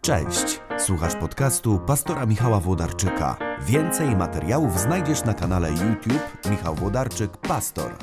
Cześć, słuchasz podcastu pastora Michała Włodarczyka. Więcej materiałów znajdziesz na kanale YouTube Michał Włodarczyk Pastor.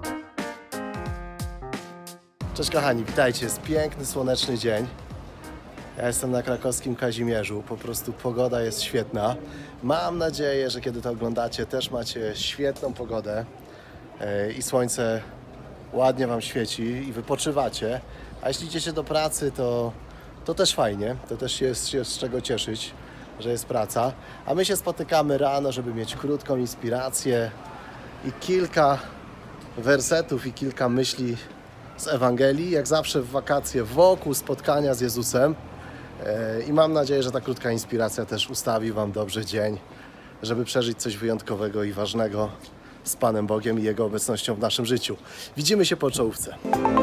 Cześć kochani, witajcie, jest piękny, słoneczny dzień. Ja jestem na krakowskim Kazimierzu, po prostu pogoda jest świetna. Mam nadzieję, że kiedy to oglądacie, też macie świetną pogodę i słońce ładnie Wam świeci i wypoczywacie. A jeśli idziecie do pracy, to też fajnie, to też jest się z czego cieszyć, że jest praca. A my się spotykamy rano, żeby mieć krótką inspirację i kilka wersetów i kilka myśli z Ewangelii, jak zawsze w wakacje wokół spotkania z Jezusem. I mam nadzieję, że ta krótka inspiracja też ustawi Wam dobrze dzień, żeby przeżyć coś wyjątkowego i ważnego z Panem Bogiem i Jego obecnością w naszym życiu. Widzimy się po czołówce.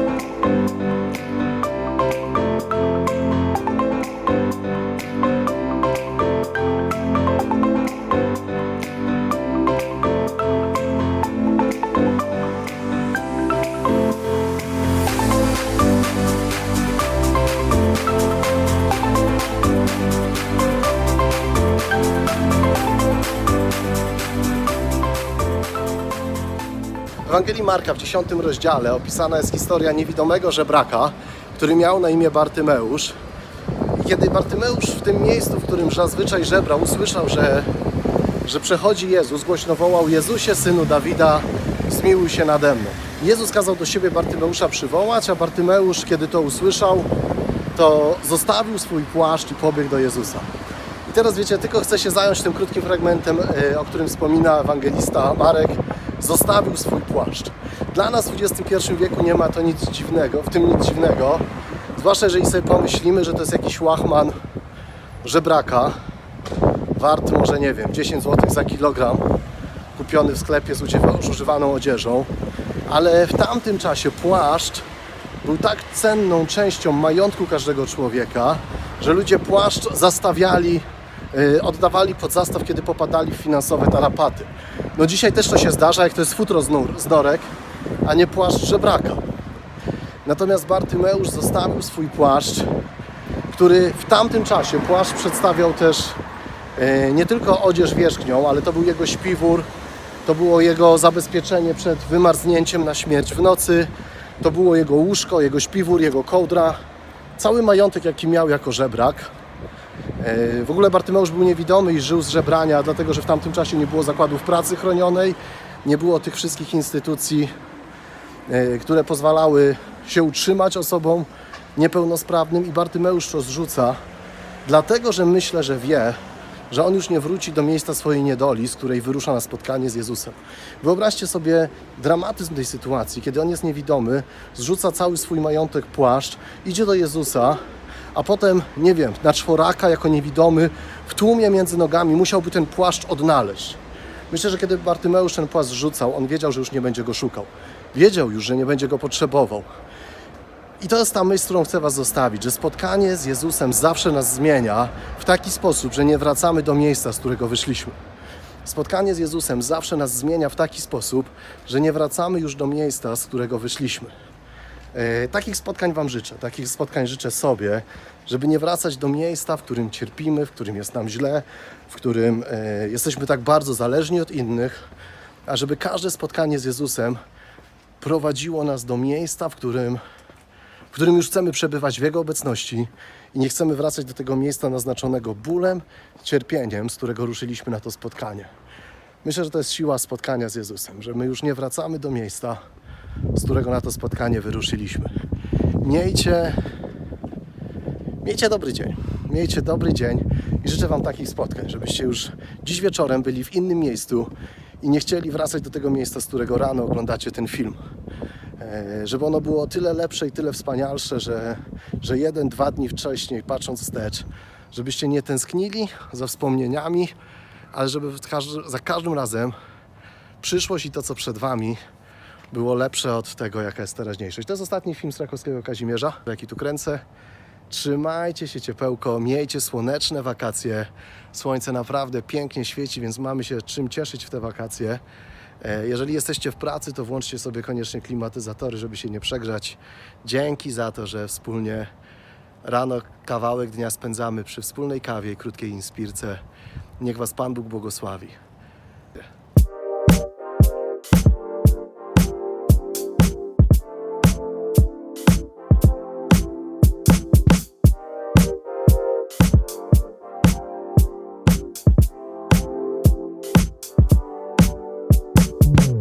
W Ewangelii Marka w 10 rozdziale opisana jest historia niewidomego żebraka, który miał na imię Bartymeusz. I kiedy Bartymeusz w tym miejscu, w którym zazwyczaj żebrał, usłyszał, że przechodzi Jezus, głośno wołał: Jezusie, Synu Dawida, zmiłuj się nade mną. Jezus kazał do siebie Bartymeusza przywołać, a Bartymeusz, kiedy to usłyszał, to zostawił swój płaszcz i pobiegł do Jezusa. I teraz wiecie, tylko chcę się zająć tym krótkim fragmentem, o którym wspomina ewangelista Marek. Zostawił swój płaszcz. Dla nas w XXI wieku nie ma to nic dziwnego, w tym nic dziwnego. Zwłaszcza jeżeli sobie pomyślimy, że to jest jakiś łachman żebraka, wart może, nie wiem, 10 zł za kilogram, kupiony w sklepie z używaną odzieżą. Ale w tamtym czasie płaszcz był tak cenną częścią majątku każdego człowieka, że ludzie płaszcz zastawiali, oddawali pod zastaw, kiedy popadali w finansowe tarapaty. No dzisiaj też to się zdarza, jak to jest futro z norek, a nie płaszcz żebraka. Natomiast Bartymeusz zostawił swój płaszcz, który w tamtym czasie płaszcz przedstawiał też nie tylko odzież wierzchnią, ale to był jego śpiwór, to było jego zabezpieczenie przed wymarznięciem na śmierć w nocy, to było jego łóżko, jego śpiwór, jego kołdra, cały majątek, jaki miał jako żebrak. W ogóle Bartymeusz był niewidomy i żył z żebrania, dlatego że w tamtym czasie nie było zakładów pracy chronionej, nie było tych wszystkich instytucji, które pozwalały się utrzymać osobom niepełnosprawnym, i Bartymeusz to zrzuca, dlatego że myślę, że wie, że on już nie wróci do miejsca swojej niedoli, z której wyrusza na spotkanie z Jezusem. Wyobraźcie sobie dramatyzm tej sytuacji, kiedy on jest niewidomy, zrzuca cały swój majątek, płaszcz, idzie do Jezusa, a potem, nie wiem, na czworaka jako niewidomy, w tłumie między nogami musiałby ten płaszcz odnaleźć. Myślę, że kiedy Bartymeusz ten płaszcz rzucał, on wiedział, że już nie będzie go szukał. Wiedział już, że nie będzie go potrzebował. I to jest ta myśl, którą chcę Was zostawić, że spotkanie z Jezusem zawsze nas zmienia w taki sposób, że nie wracamy do miejsca, z którego wyszliśmy. Spotkanie z Jezusem zawsze nas zmienia w taki sposób, że nie wracamy już do miejsca, z którego wyszliśmy. Takich spotkań Wam życzę, takich spotkań życzę sobie, żeby nie wracać do miejsca, w którym cierpimy, w którym jest nam źle, w którym jesteśmy tak bardzo zależni od innych, a żeby każde spotkanie z Jezusem prowadziło nas do miejsca, w którym już chcemy przebywać w Jego obecności i nie chcemy wracać do tego miejsca naznaczonego bólem, cierpieniem, z którego ruszyliśmy na to spotkanie. Myślę, że to jest siła spotkania z Jezusem, że my już nie wracamy do miejsca, z którego na to spotkanie wyruszyliśmy. Miejcie dobry dzień. Miejcie dobry dzień i życzę Wam takich spotkań, żebyście już dziś wieczorem byli w innym miejscu i nie chcieli wracać do tego miejsca, z którego rano oglądacie ten film. Żeby ono było tyle lepsze i tyle wspanialsze, że 1-2 dni wcześniej, patrząc wstecz, żebyście nie tęsknili za wspomnieniami, ale żeby za każdym razem przyszłość i to, co przed Wami, było lepsze od tego, jaka jest teraźniejszość. To jest ostatni film z krakowskiego Kazimierza, jaki tu kręcę. Trzymajcie się ciepełko, miejcie słoneczne wakacje. Słońce naprawdę pięknie świeci, więc mamy się czym cieszyć w te wakacje. Jeżeli jesteście w pracy, to włączcie sobie koniecznie klimatyzatory, żeby się nie przegrzać. Dzięki za to, że wspólnie Rano kawałek dnia spędzamy przy wspólnej kawie i krótkiej inspirce. Niech Was Pan Bóg błogosławi.